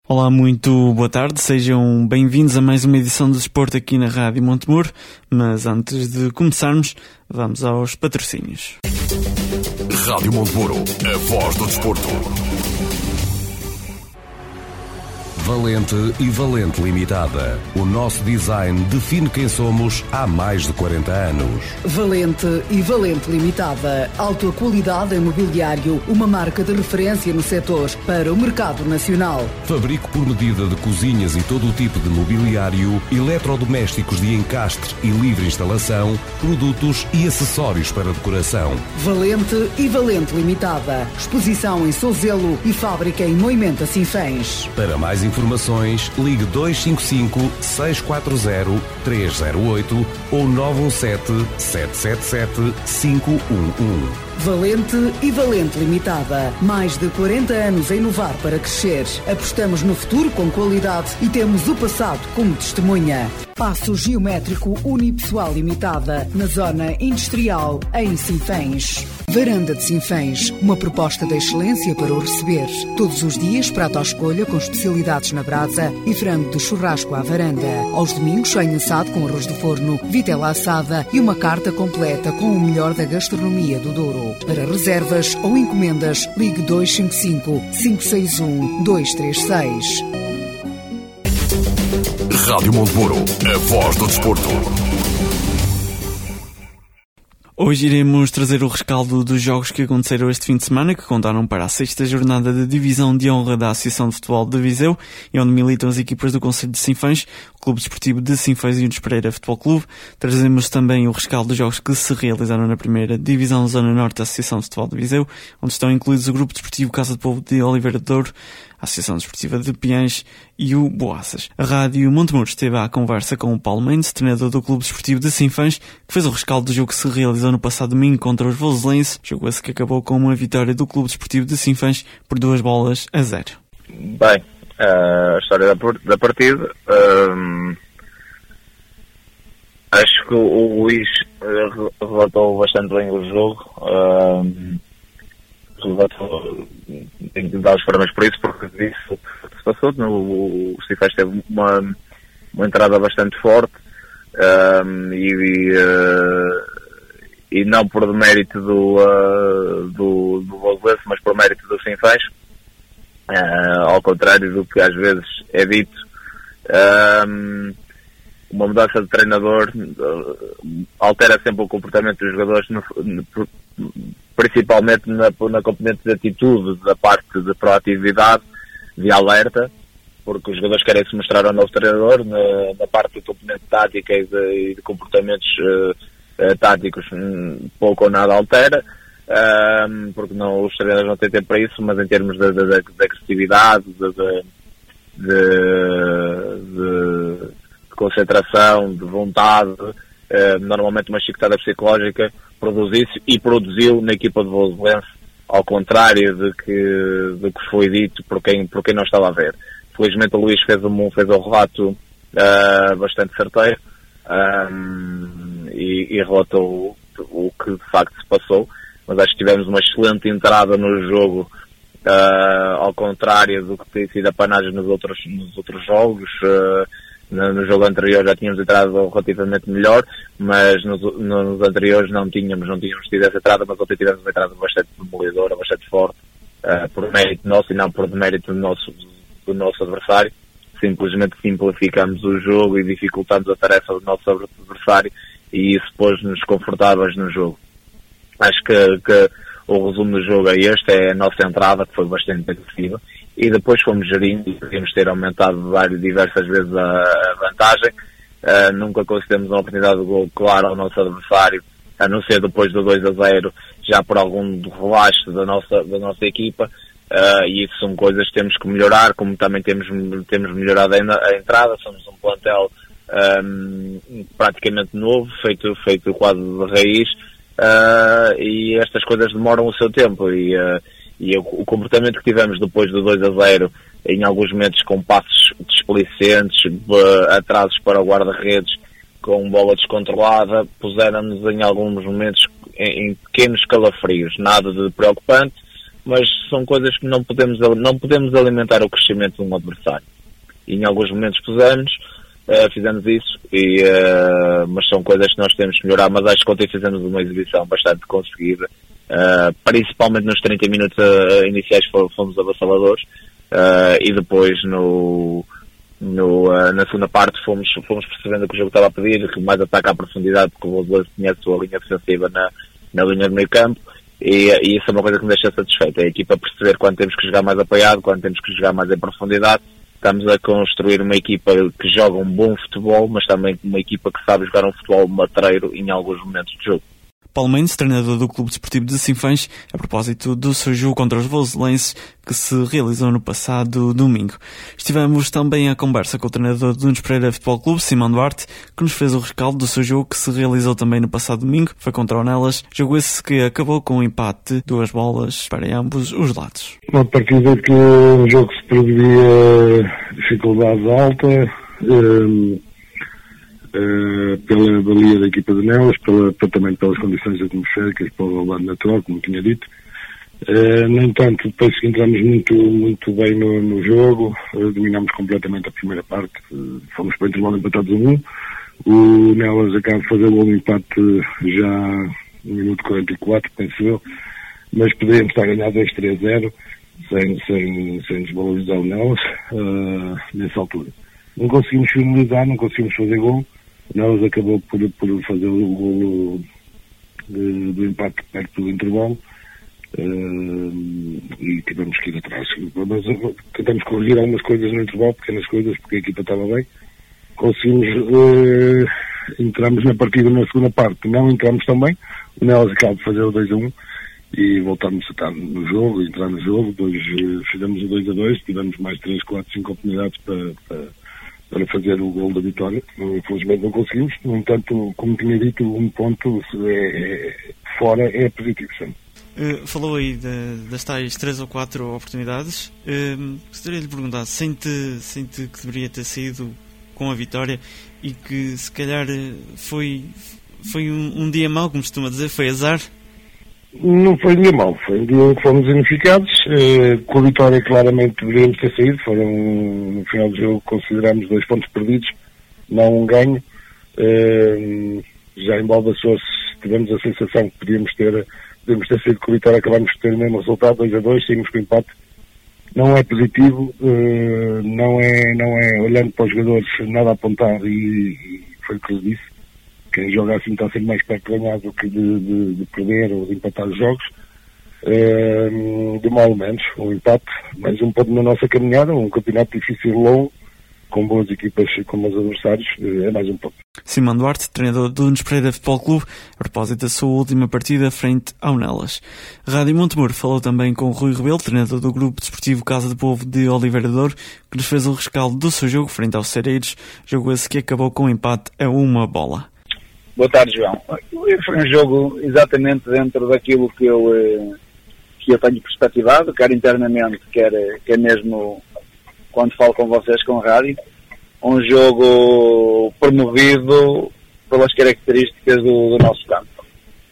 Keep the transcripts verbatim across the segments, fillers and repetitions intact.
Olá, muito boa tarde, sejam bem-vindos a mais uma edição do Desporto aqui na Rádio Montemuro, mas antes de começarmos, vamos aos patrocínios. Rádio Montemuro, a voz do desporto. Valente e Valente Limitada. O nosso design define quem somos há mais de quarenta anos. Valente e Valente Limitada. Alta qualidade em mobiliário, uma marca de referência no setor para o mercado nacional. Fabrico por medida de cozinhas e todo o tipo de mobiliário, eletrodomésticos de encastre e livre instalação, produtos e acessórios para decoração. Valente e Valente Limitada. Exposição em Souzelo e fábrica em Moimenta Sinfãs. Para mais informações, ligue dois cinco cinco, seis quatro zero, três zero oito ou nove um sete, sete sete sete, cinco um um. Valente e Valente Limitada. Mais de quarenta anos a inovar para crescer. Apostamos no futuro com qualidade e temos o passado como testemunha. Passo Geométrico Unipessoal Limitada, na zona industrial, em Sinfãs. Varanda de Sinfãs, uma proposta de excelência para o receber. Todos os dias, prato à escolha com especialidades na brasa e frango de churrasco à varanda. Aos domingos, sonho assado com arroz de forno, vitela assada e uma carta completa com o melhor da gastronomia do Douro. Para reservas ou encomendas, ligue dois cinco cinco, cinco seis um, dois três seis. Rádio Montemuro, a voz do desporto. Hoje iremos trazer o rescaldo dos jogos que aconteceram este fim de semana, que contaram para a sexta jornada da Divisão de Honra da Associação de Futebol de Viseu, e onde militam as equipas do Concelho de Sinfãs, o Clube Desportivo de Sinfãs e o Nunes Pereira Futebol Clube. Trazemos também o rescaldo dos jogos que se realizaram na primeira Divisão Zona Norte da Associação de Futebol de Viseu, onde estão incluídos o Grupo Desportivo Casa de Povo de Oliveira de Douro, a Associação Desportiva de Piães e o Boaças. A Rádio Montemuro esteve à conversa com o Paulo Mendes, treinador do Clube Desportivo de Sinfãs, que fez o rescaldo do jogo que se realizou no passado domingo contra os voselenses, jogo esse que acabou com uma vitória do Clube Desportivo de Sinfãs por duas bolas a zero. Bem, a história da partida, hum, acho que o Luís relatou bastante bem o jogo. Hum, tenho que dar os parabéns por isso, porque disse o que se passou. O Sinfãs teve uma, uma entrada bastante forte, um, e, e, uh, e não por demérito do, uh, do, do Voselense, mas por mérito do Sinfãs, uh, ao contrário do que às vezes é dito. Um, uma mudança de treinador uh, altera sempre o comportamento dos jogadores, no, no, principalmente na, na componente de atitude, da parte de proatividade, de alerta, porque os jogadores querem se mostrar ao novo treinador. Na, na parte de componente tática e de, e de comportamentos uh, uh, táticos, um, pouco ou nada altera, um, porque não, os treinadores não têm tempo para isso, mas em termos de, de, de, de agressividade, de, de, de, de, de concentração, de vontade, uh, normalmente uma chicotada psicológica produz isso, e produziu na equipa de Voselense, ao contrário de que, de que foi dito por quem, por quem não estava a ver. Felizmente o Luís fez um, fez um relato uh, bastante certeiro, um, e, e relatou o, o que de facto se passou, mas acho que tivemos uma excelente entrada no jogo, uh, ao contrário do que tem sido a panagem nos outros, nos outros jogos. Uh, No, no jogo anterior já tínhamos entrado relativamente melhor, mas nos, nos anteriores não tínhamos, não tínhamos tido essa entrada, mas ontem tivemos uma entrada bastante demolidora, bastante forte, uh, por mérito nosso e não por mérito do nosso, do nosso adversário. Simplesmente simplificamos o jogo e dificultamos a tarefa do nosso adversário, e isso pôs-nos confortáveis no jogo. Acho que, que o resumo do jogo é este, é a nossa entrada, que foi bastante agressiva, e depois fomos gerindo e podíamos ter aumentado várias, diversas vezes a, a vantagem. Uh, nunca concedemos uma oportunidade de gol clara ao nosso adversário, a não ser depois do dois a zero, já por algum relaxo da nossa, da nossa equipa, uh, e isso são coisas que temos que melhorar, como também temos, temos melhorado a, a entrada. Somos um plantel um, praticamente novo, feito, feito quase de raiz, uh, e estas coisas demoram o seu tempo, e uh, E o comportamento que tivemos depois do dois a zero, em alguns momentos com passos desplicentes, atrasos para o guarda-redes, com bola descontrolada, puseram-nos em alguns momentos em, em pequenos calafrios. Nada de preocupante, mas são coisas que não podemos, não podemos alimentar o crescimento de um adversário. E em alguns momentos pusemos, uh, fizemos isso, e, uh, mas são coisas que nós temos que melhorar, mas acho que ontem fizemos uma exibição bastante conseguida, uh, principalmente nos trinta minutos uh, iniciais fomos avassaladores, uh, e depois no... No, uh, na segunda parte fomos, fomos percebendo que o jogo estava a pedir, que mais ataque à profundidade, porque o Voselense tinha a sua linha defensiva na, na linha do meio campo, e, e isso é uma coisa que me deixa satisfeito. A equipa perceber quando temos que jogar mais apoiado, quando temos que jogar mais em profundidade. Estamos a construir uma equipa que joga um bom futebol, mas também uma equipa que sabe jogar um futebol matreiro em alguns momentos de jogo. Paulo Mendes, treinador do Clube Desportivo de Sinfãs, a propósito do seu jogo contra os voselenses que se realizou no passado domingo. Estivemos também à conversa com o treinador do Nunes Pereira Futebol Clube, Simão Duarte, que nos fez o rescaldo do seu jogo que se realizou também no passado domingo, foi contra o Nelas, jogo esse que acabou com um empate de duas bolas para ambos os lados. Uma partida que um jogo que se previa dificuldades altas, um... Uh, pela valia da equipa de Nelas, pela, também pelas condições atmosféricas, pelo lado natural, como tinha dito. Uh, no entanto, depois que entramos muito, muito bem no, no jogo, uh, dominámos completamente a primeira parte, uh, fomos para o intervalo empatados a um. O Nelas acaba de fazer o gol de empate já no minuto quarenta e quatro, penso eu, mas poderíamos estar a ganhar dois três a zero sem, sem, sem desvalorizar o Nelas uh, nessa altura. Não conseguimos finalizar, não conseguimos fazer gol. Nelas acabou por, por fazer o golo do, do empate perto do intervalo, uh, e tivemos que ir atrás. Mas tentamos corrigir algumas coisas no intervalo, pequenas coisas, porque a equipa estava bem. Conseguimos, uh, entramos na partida na segunda parte, não entramos tão bem. O Nelas acaba de fazer o dois a um e voltámos a estar no jogo, entrar no jogo. Dois, uh, fizemos o dois a dois, tivemos mais três, quatro, cinco oportunidades para... para para fazer o gol da vitória. Infelizmente não conseguimos. No entanto, como tinha dito, um ponto é, é, fora é positivo sempre. Uh, falou aí de, das tais três ou quatro oportunidades. Uh, gostaria de lhe perguntar, sente, sente que deveria ter saído com a vitória e que se calhar foi, foi um, um dia mau, como costuma dizer, foi azar? Não foi um dia mau, foi um dia em que fomos ineficazes. Uh, com a vitória claramente deveríamos ter saído. Foram, no final do jogo, consideramos dois pontos perdidos, não um ganho. Uh, já em Baldassou tivemos a sensação que podíamos ter, podíamos ter saído com a vitória, acabámos de ter o mesmo resultado, dois a dois, saímos com o empate. Não é positivo, uh, não é, não é, olhando para os jogadores, nada a apontar, e, e foi o que eu disse. Quem joga assim está sempre mais perto de ganhar do que de, de, de perder ou de empatar os jogos. Uh, de mal ou menos, um empate, mais um ponto na nossa caminhada, um campeonato difícil e longo, com boas equipas e com bons adversários, é mais um ponto. Simão Duarte, treinador do Nunes Pereira Futebol Clube, a propósito da sua última partida frente ao Nelas. Rádio Montemuro falou também com o Rui Rebelo, treinador do Grupo Desportivo Casa de Povo de Oliveira de Douro, que nos fez o rescaldo do seu jogo frente aos Cereiros, jogo esse que acabou com um empate a uma bola. Boa tarde, João. Foi um jogo exatamente dentro daquilo que eu, que eu tenho perspectivado, quer internamente, quer, quer mesmo quando falo com vocês com a rádio. Um jogo promovido pelas características do, do nosso campo.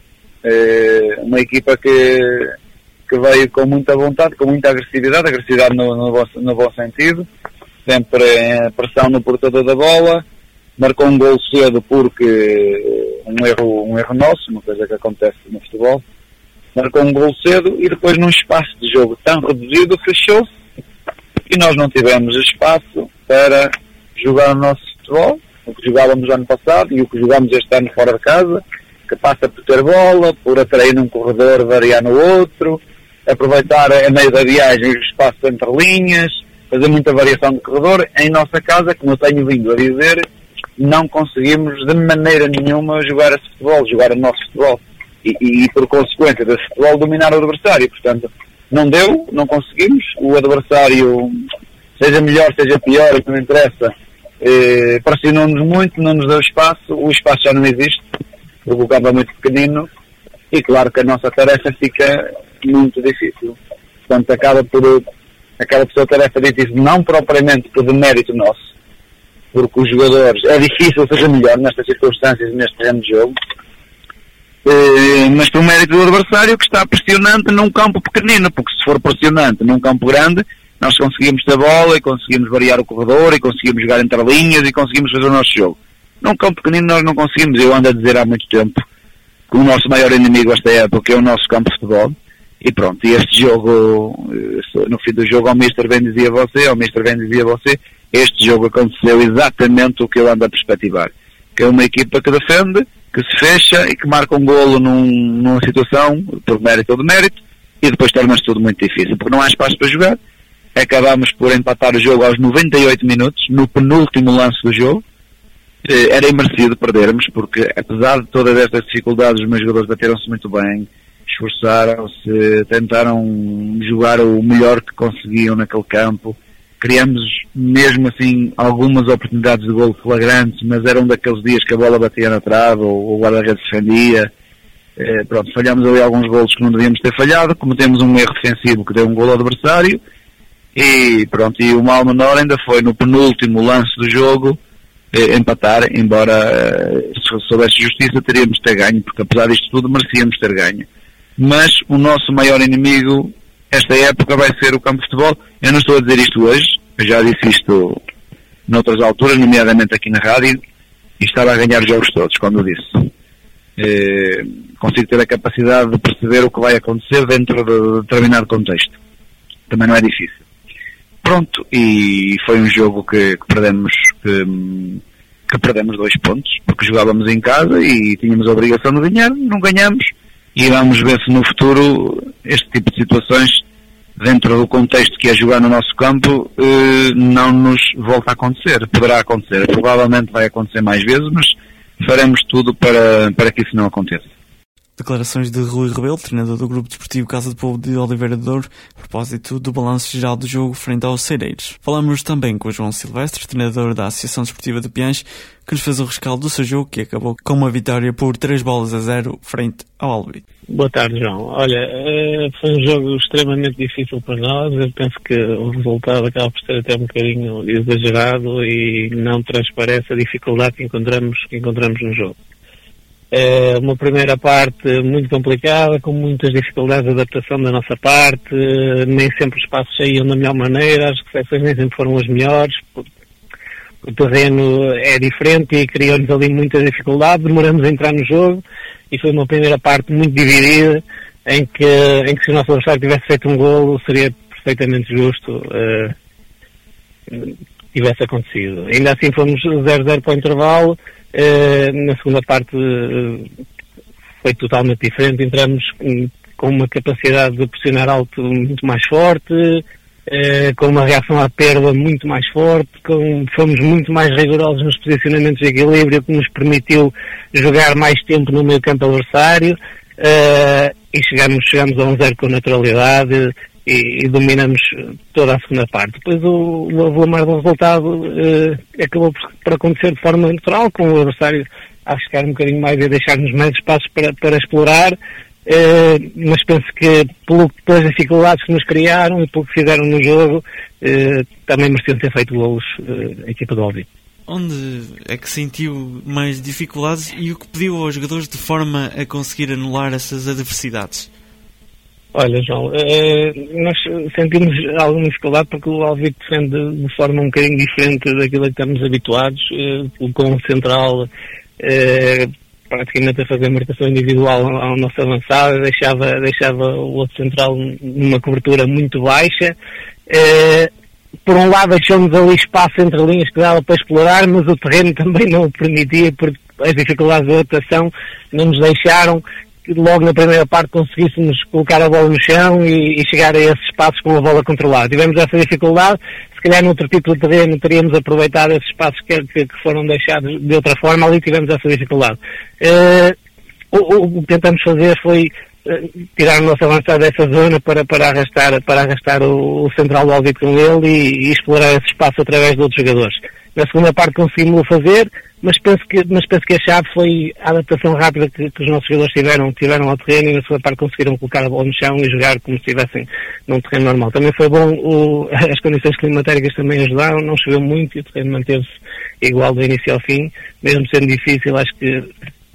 É uma equipa que, que veio com muita vontade, com muita agressividade, agressividade no, no, bom, no bom sentido, sempre em pressão no portador da bola. Marcou um gol cedo porque um erro, um erro nosso, uma coisa que acontece no futebol. Marcou um gol cedo e depois num espaço de jogo tão reduzido fechou-se e nós não tivemos espaço para jogar o nosso futebol, o que jogávamos ano passado e o que jogamos este ano fora de casa, que passa por ter bola, por atrair num corredor, variar no outro, aproveitar a meio da viagem o espaço entre linhas, fazer muita variação de corredor. Em nossa casa, como eu tenho vindo a dizer, não conseguimos de maneira nenhuma jogar esse futebol, jogar o nosso futebol. E, e, e por consequência desse futebol dominar o adversário. Portanto, não deu, não conseguimos. O adversário, seja melhor, seja pior, o que não interessa, eh, pressionou-nos muito, não nos deu espaço. O espaço já não existe, porque o campo é muito pequenino. E claro que a nossa tarefa fica muito difícil. Portanto, acaba por, acaba por ser a tarefa difícil, não propriamente por demérito nosso, porque os jogadores, é difícil seja melhor nestas circunstâncias, neste terreno de jogo, Uh, mas por mérito do adversário que está pressionante num campo pequenino, porque se for pressionante num campo grande, nós conseguimos ter bola e conseguimos variar o corredor e conseguimos jogar entre linhas e conseguimos fazer o nosso jogo. Num campo pequenino nós não conseguimos. Eu ando a dizer há muito tempo que o nosso maior inimigo esta época é o nosso campo de futebol. E pronto, e este jogo, no fim do jogo, ao mister bem dizia você, ao mister bem dizia você, este jogo aconteceu exatamente o que eu ando a perspectivar. Que é uma equipa que defende, que se fecha e que marca um golo num, numa situação, por mérito ou demérito, e depois torna-se tudo muito difícil, porque não há espaço para jogar. Acabámos por empatar o jogo aos noventa e oito minutos, no penúltimo lance do jogo. Era imerecido perdermos, porque apesar de todas estas dificuldades, os meus jogadores bateram-se muito bem, esforçaram-se, tentaram jogar o melhor que conseguiam naquele campo. Criamos mesmo assim algumas oportunidades de golo flagrantes, mas eram daqueles dias que a bola batia na trave ou o guarda-redes defendia. Eh, pronto, falhamos ali alguns golos que não devíamos ter falhado, cometemos um erro defensivo que deu um golo ao adversário e pronto, e o mal menor ainda foi no penúltimo lance do jogo eh, empatar, embora eh, se soubesse justiça teríamos de ter ganho, porque apesar disto tudo merecíamos ter ganho. Mas o nosso maior inimigo esta época vai ser o campo de futebol. Eu não estou a dizer isto hoje, eu já disse isto noutras alturas, nomeadamente aqui na rádio, e estava a ganhar jogos todos, quando eu disse. Eh, consigo ter a capacidade de perceber o que vai acontecer dentro de determinado contexto. Também não é difícil. Pronto, e foi um jogo que, que perdemos que, que perdemos dois pontos, porque jogávamos em casa e tínhamos a obrigação de ganhar, não ganhamos. E vamos ver se no futuro este tipo de situações, dentro do contexto que é jogar no nosso campo, eh, não nos volta a acontecer. Poderá acontecer, provavelmente vai acontecer mais vezes, mas faremos tudo para, para que isso não aconteça. Declarações de Rui Rebelo, treinador do Grupo Desportivo Casa de Povo de Oliveira de Douro, a propósito do balanço geral do jogo frente aos Cereiros. Falamos também com o João Silvestre, treinador da Associação Desportiva de Piães, que nos fez o rescaldo do seu jogo, que acabou com uma vitória por três bolas a zero frente ao Albi. Boa tarde, João. Olha, foi um jogo extremamente difícil para nós. Eu penso que o resultado acaba por ser até um bocadinho exagerado e não transparece a dificuldade que encontramos, que encontramos no jogo. É uma primeira parte muito complicada, com muitas dificuldades de adaptação da nossa parte, nem sempre os passos saíam da melhor maneira, as recepções nem sempre foram as melhores, o terreno é diferente e criou-nos ali muita dificuldade, demoramos a entrar no jogo e foi uma primeira parte muito dividida, em que, em que se o nosso adversário tivesse feito um golo seria perfeitamente justo uh, tivesse acontecido. Ainda assim fomos zero a zero para o intervalo. Uh, na segunda parte uh, foi totalmente diferente, entramos um, com uma capacidade de pressionar alto muito mais forte, uh, com uma reação à perda muito mais forte, com, fomos muito mais rigorosos nos posicionamentos de equilíbrio, que nos permitiu jogar mais tempo no meio campo adversário, uh, e chegamos, chegamos a um zero com naturalidade e, e dominamos toda a segunda parte. Depois o, o avolumar do resultado uh, acabou por, por acontecer de forma natural, com o adversário a chegar um bocadinho mais e a deixar-nos mais espaços para, para explorar, uh, mas penso que pelo, pelas dificuldades que nos criaram e pelo que fizeram no jogo, uh, também mereciam ter feito golos uh, a equipa do Albi. Onde é que sentiu mais dificuldades e o que pediu aos jogadores de forma a conseguir anular essas adversidades? Olha, João, eh, nós sentimos alguma dificuldade porque o Alvi defende de forma um bocadinho diferente daquilo a que estamos habituados, eh, com o central eh, praticamente a fazer marcação individual ao nosso avançado, deixava, deixava o outro central numa cobertura muito baixa. Eh, por um lado deixou-nos ali espaço entre linhas que dava para explorar, mas o terreno também não o permitia, porque as dificuldades de adaptação não nos deixaram que logo na primeira parte conseguíssemos colocar a bola no chão e, e chegar a esses espaços com a bola controlada. Tivemos essa dificuldade, se calhar noutro tipo de terreno teríamos aproveitado esses espaços que, que, que foram deixados de outra forma, ali tivemos essa dificuldade. Uh, o, o que tentamos fazer foi uh, tirar o nosso avançado dessa zona para, para arrastar, para arrastar o, o central do Alvito com ele e, e explorar esse espaço através de outros jogadores. Na segunda parte conseguimos-o fazer, mas penso que, mas penso que a chave foi a adaptação rápida que, que os nossos jogadores tiveram, tiveram ao terreno, e na segunda parte conseguiram colocar a bola no chão e jogar como se estivessem num terreno normal. Também foi bom, o, as condições climatéricas também ajudaram, não choveu muito e o terreno manteve-se igual do início ao fim, mesmo sendo difícil. Acho que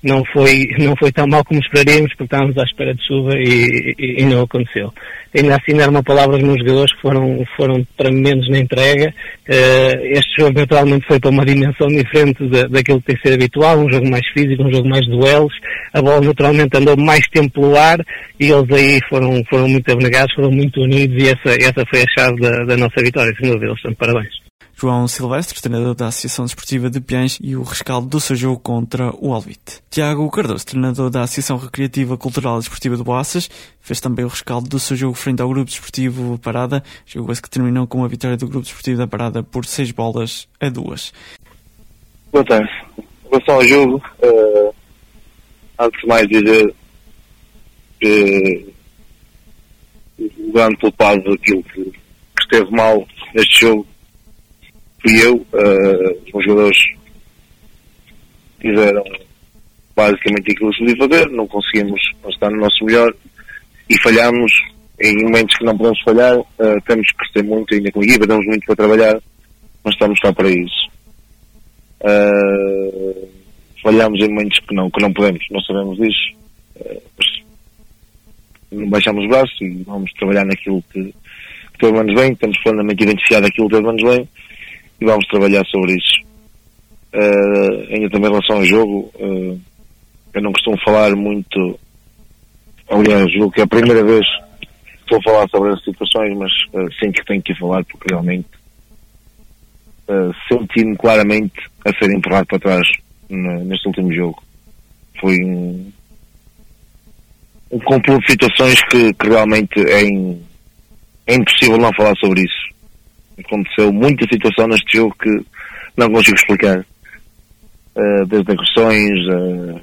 não foi, não foi tão mal como esperaríamos, porque estávamos à espera de chuva e, e, e não aconteceu. Ainda assim, dar uma palavra aos meus jogadores que foram, foram tremendos na entrega. Uh, este jogo naturalmente foi para uma dimensão diferente da, daquilo que tem sido habitual, um jogo mais físico, um jogo mais de duelos. A bola naturalmente andou mais tempo pelo ar e eles aí foram, foram muito abnegados, foram muito unidos e essa, essa foi a chave da, da nossa vitória, sem dúvida. Portanto, parabéns. João Silvestre, treinador da Associação Desportiva de Piães, e o rescaldo do seu jogo contra o Alvite. Tiago Cardoso, treinador da Associação Recreativa, Cultural e Desportiva de Boaças, fez também o rescaldo do seu jogo frente ao Grupo Desportivo Parada, jogo esse que terminou com a vitória do Grupo Desportivo da Parada por seis bolas a duas. Boa tarde. Em relação ao jogo, uh, antes de mais dizer que o grande culpado daquilo que, que esteve mal neste jogo fui eu. Uh, os jogadores fizeram basicamente aquilo que se devia fazer, não conseguimos estar no nosso melhor e falhámos em momentos que não podemos falhar. Uh, temos que crescer muito ainda com a equipa, temos muito para trabalhar, mas estamos cá para isso. Uh, falhámos em momentos que não, que não podemos, não sabemos disso, uh, não baixamos os braços e vamos trabalhar naquilo que, que teve menos bem, temos plenamente identificado aquilo que teve menos bem e vamos trabalhar sobre isso. Uh, ainda também em relação ao jogo, uh, eu não costumo falar muito, aliás, julgo que é a primeira vez que estou a falar sobre as situações, mas uh, sim que tenho que falar porque realmente uh, senti-me claramente a ser empurrado para trás n- neste último jogo. Foi um, um complô de situações que, que realmente é, in, é impossível não falar sobre isso. Aconteceu muita situação neste jogo que não consigo explicar. Uh, desde agressões, uh,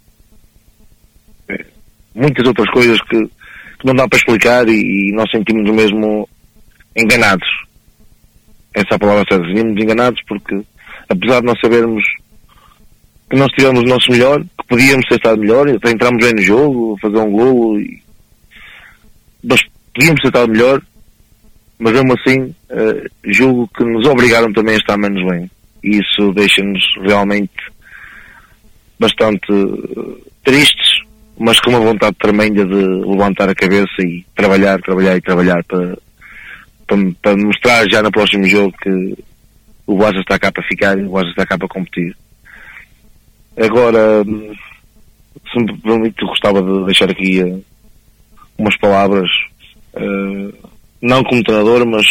muitas outras coisas que, que não dá para explicar e, e nós sentimos mesmo enganados. Essa é a palavra certa. Sentimos enganados porque, apesar de nós sabermos que nós tivemos o nosso melhor, que podíamos ter estado melhor, até entramos bem no jogo, fazer um golo, e nós podíamos ter estado melhor, mas mesmo assim uh, julgo que nos obrigaram também a estar menos bem e isso deixa-nos realmente bastante uh, tristes, mas com uma vontade tremenda de levantar a cabeça e trabalhar, trabalhar e trabalhar para, para, para mostrar já no próximo jogo que o Boaças está cá para ficar e o Boaças está cá para competir. Agora, se me permite, gostava de deixar aqui uh, umas palavras, uh, não como treinador, mas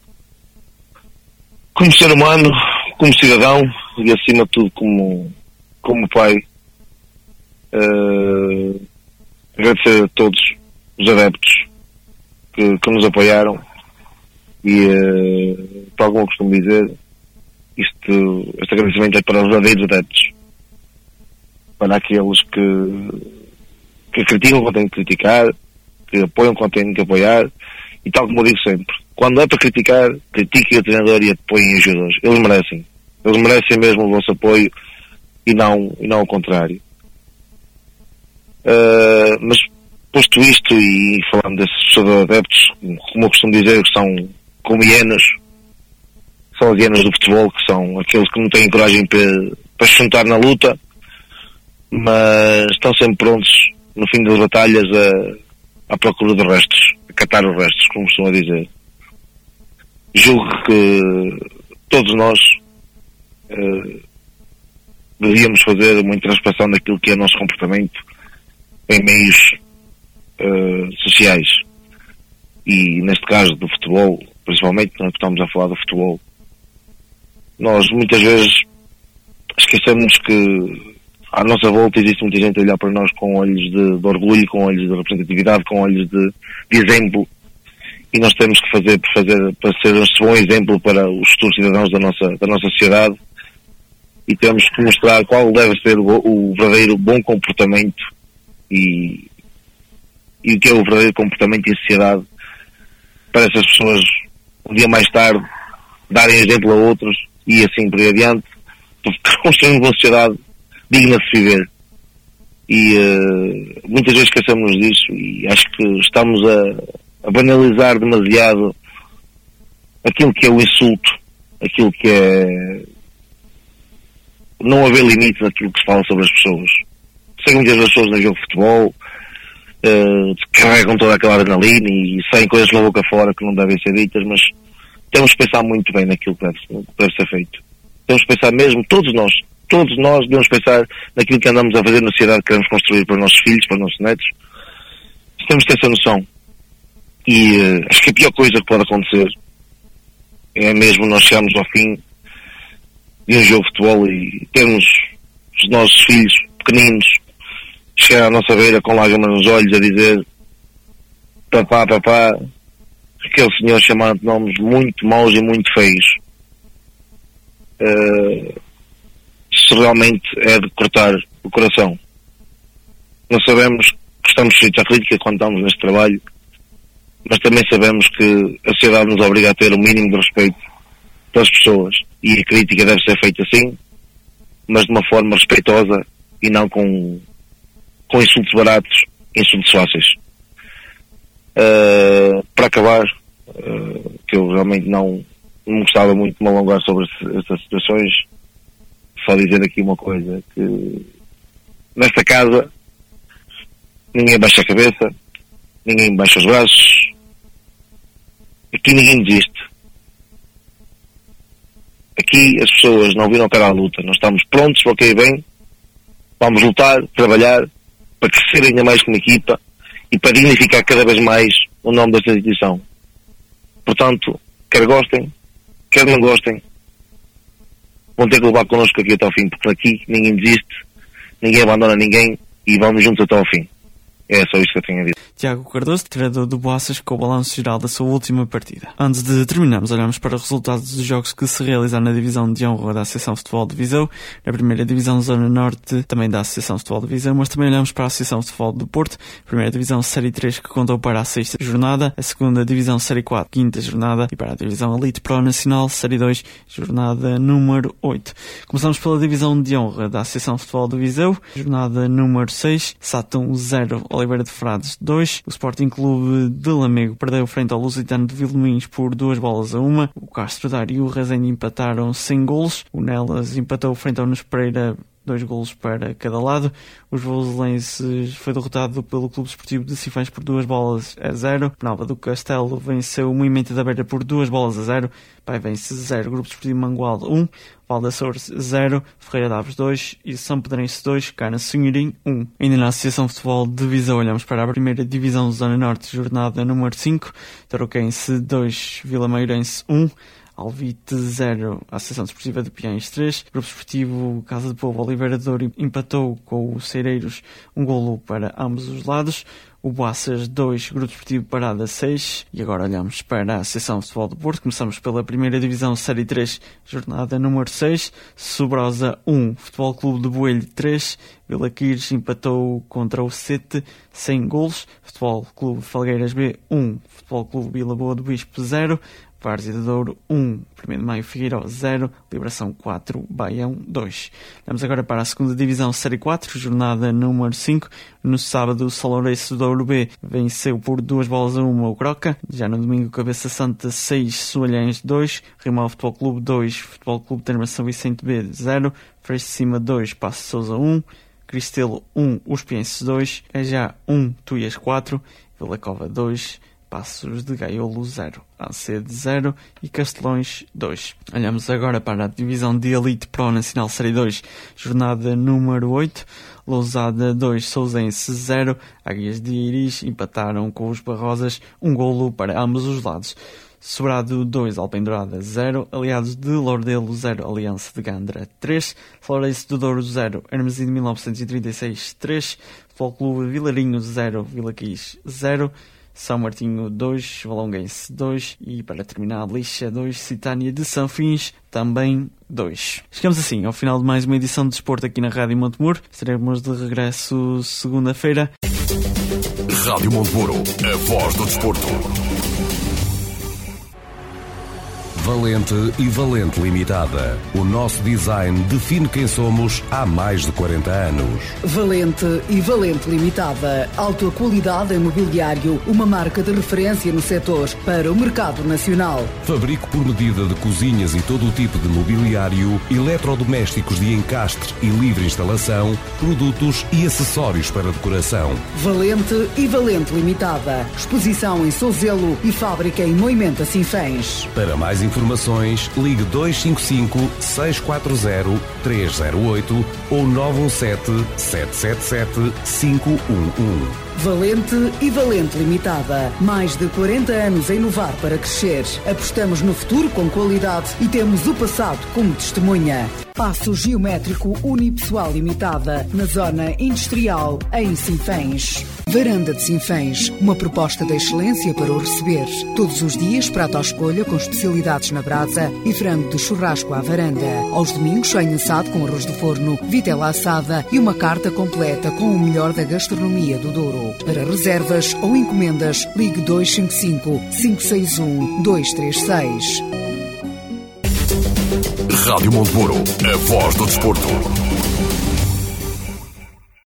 como ser humano, como cidadão e acima de tudo como, como pai. Uh, agradecer a todos os adeptos que, que nos apoiaram e, uh, tal como eu costumo dizer, isto, este agradecimento é para os verdadeiros adeptos, para aqueles que, que criticam quando têm que criticar, que apoiam quando têm que apoiar. E tal como eu digo sempre, quando é para criticar, critiquem o treinador e apoiem os jogadores. Eles merecem. Eles merecem mesmo o vosso apoio e não, e não o contrário. Uh, mas, posto isto e falando desses adeptos, como eu costumo dizer, que são como hienas, são as hienas do futebol, que são aqueles que não têm coragem para, para se juntar na luta, mas estão sempre prontos, no fim das batalhas, a, à procura de restos. Catar os restos, como costuma dizer. Julgo que todos nós uh, devíamos fazer uma introspeção daquilo que é o nosso comportamento em meios uh, sociais e neste caso do futebol, principalmente quando estamos a falar do futebol, nós muitas vezes esquecemos que à nossa volta existe muita gente a olhar para nós com olhos de, de orgulho, com olhos de representatividade, com olhos de, de exemplo, e nós temos que fazer, fazer para ser um bom exemplo para os futuros cidadãos da nossa, da nossa sociedade, e temos que mostrar qual deve ser o, o verdadeiro bom comportamento e, e o que é o verdadeiro comportamento em sociedade, para essas pessoas um dia mais tarde darem exemplo a outros e assim por aí adiante, para construirmos uma sociedade digna de se viver. E uh, muitas vezes esquecemos disso e acho que estamos a, a banalizar demasiado aquilo que é o insulto, aquilo que é não haver limites naquilo que se fala sobre as pessoas. seguem muitas pessoas no jogo de futebol, uh, carregam toda aquela adrenalina e saem coisas pela boca fora que não devem ser ditas, mas temos que pensar muito bem naquilo que deve, que deve ser feito. Temos que pensar mesmo, todos nós, todos nós devemos pensar naquilo que andamos a fazer na sociedade que queremos construir para os nossos filhos, para os nossos netos. Temos que ter essa noção. E uh, acho que a pior coisa que pode acontecer é mesmo nós chegarmos ao fim de um jogo de futebol e termos os nossos filhos pequeninos chegar à nossa beira com lágrimas nos olhos a dizer papá, papá, aquele senhor chamando nomes muito maus e muito feios. Uh, isso realmente é de cortar o coração. Nós sabemos que estamos sujeitos à crítica quando estamos neste trabalho, mas também sabemos que a sociedade nos obriga a ter o mínimo de respeito pelas pessoas, e a crítica deve ser feita assim, mas de uma forma respeitosa e não com, com insultos baratos, insultos fáceis. Uh, para acabar, uh, que eu realmente não, não gostava muito de me alongar sobre estas situações, só dizer aqui uma coisa, que nesta casa ninguém baixa a cabeça, ninguém baixa os braços, aqui ninguém desiste. Aqui as pessoas não viram cara à luta, nós estamos prontos para o que aí vem, vamos lutar, trabalhar para crescer ainda mais como equipa e para dignificar cada vez mais o nome desta instituição. Portanto, quer gostem, quer não gostem, vão ter que levar connosco aqui até ao fim, porque aqui ninguém desiste, ninguém abandona ninguém e vamos juntos até ao fim. É só isto que eu tenho a dizer. Tiago Cardoso, treinador do Boaças, com o balanço geral da sua última partida. Antes de terminarmos, olhamos para os resultados dos jogos que se realizaram na divisão de honra da Associação de Futebol de Viseu, na primeira divisão Zona Norte, também da Associação de Futebol de Viseu, mas também olhamos para a Associação de Futebol do Porto, primeira divisão Série três, que contou para a sexta jornada, a segunda divisão Série quatro, quinta jornada, e para a divisão Elite Pro Nacional, Série dois, jornada número oito. Começamos pela divisão de honra da Associação de Futebol de Viseu, jornada número seis, Sátão zero, Oliveira de Frades dois, o Sporting Clube de Lamego perdeu frente ao Lusitano de Vilmins por duas bolas a uma, o Castro Daire e o Rezende empataram sem golos, o Nelas empatou frente ao Nunes Pereira, dois golos para cada lado. Os voselenses foi derrotado pelo Clube Esportivo de Sinfãs por duas bolas a zero. Penalva do Castelo venceu o Moimenta da Beira por duas bolas a zero. Pai vence zero. Grupo Esportivo Mangualde um. Valdaçores zero. Ferreira de Aves dois. E São Pedrense dois. Cana Senhorim um. Ainda na Associação de Futebol de Viseu olhamos para a primeira divisão Zona Norte, jornada número cinco. Tarouquense dois. Vila Meirense um. Alvite zero, Associação Desportiva de Piães três, Grupo Esportivo Casa de Povo Oliveira de Douro empatou com os Cereiros um golo para ambos os lados, o Boaças dois, Grupo Esportivo Parada seis, e agora olhamos para a Associação de Futebol do Porto. Começamos pela primeira divisão Série três, jornada número seis, Sobrosa um, Futebol Clube de Boelho três, Vila Quires empatou contra o Sete sem golos, Futebol Clube Falgueiras B um, Futebol Clube Vila Boa do Bispo zero, Várzea de Douro um, primeiro de Maio Figueiró zero, Liberação quatro, Baião dois. Vamos agora para a segunda divisão Série quatro, jornada número cinco. No sábado, o Salorense do Douro B venceu por duas bolas a uma o Croca. Já no domingo, Cabeça Santa seis, Soalhães dois, Rimal Futebol Clube dois, Futebol Clube Terma São Vicente B zero, Freixo de Cima dois, Passo de Sousa um, Cristelo um, Os Pienses dois, Ejá um, Tuias quatro, Vila Cova dois, Passos de Gaiolo zero, Ancede zero e Castelões dois. Olhamos agora para a divisão de Elite Pro Nacional Série dois, jornada número oito. Lousada dois, Sousense zero, Águias de Iris empataram com os Barrosas, um golo para ambos os lados. Sobrado dois, Alpendurada zero, Aliados de Lourdelo zero, Aliança de Gandra três, Florense do Douro zero, Hermesino de mil novecentos e trinta e seis três, Futebol Clube Vilarinho zero, Vila Quis zero, São Martinho dois, Valonguense dois e, para terminar, Lixa dois, Citânia de Sanfins também dois. Chegamos assim ao final de mais uma edição de Desporto aqui na Rádio Montemuro. Estaremos de regresso segunda-feira. Rádio Montemuro, a voz do desporto. Valente e Valente Limitada. O nosso design define quem somos há mais de quarenta anos. Valente e Valente Limitada. Alta qualidade em mobiliário, uma marca de referência no setor para o mercado nacional. Fabrico por medida de cozinhas e todo o tipo de mobiliário, eletrodomésticos de encastre e livre instalação, produtos e acessórios para decoração. Valente e Valente Limitada. Exposição em Souzelo e fábrica em Moimenta Sinfãs. Para mais informações, ligue dois cinco cinco, seis quatro zero, três zero oito ou nove um sete, sete sete sete, cinco um um. Valente e Valente Limitada. Mais de quarenta anos a inovar para crescer. Apostamos no futuro com qualidade e temos o passado como testemunha. Passo Geométrico Unipessoal Limitada, na zona industrial, em Sinfãs. Varanda de Sinfãs, uma proposta de excelência para o receber. Todos os dias, prato à escolha com especialidades na brasa e frango de churrasco à varanda. Aos domingos, sonho assado com arroz de forno, vitela assada e uma carta completa com o melhor da gastronomia do Douro. Para reservas ou encomendas, ligue dois cinco cinco, cinco seis um, dois três seis. Rádio Monteburo, a voz do desporto.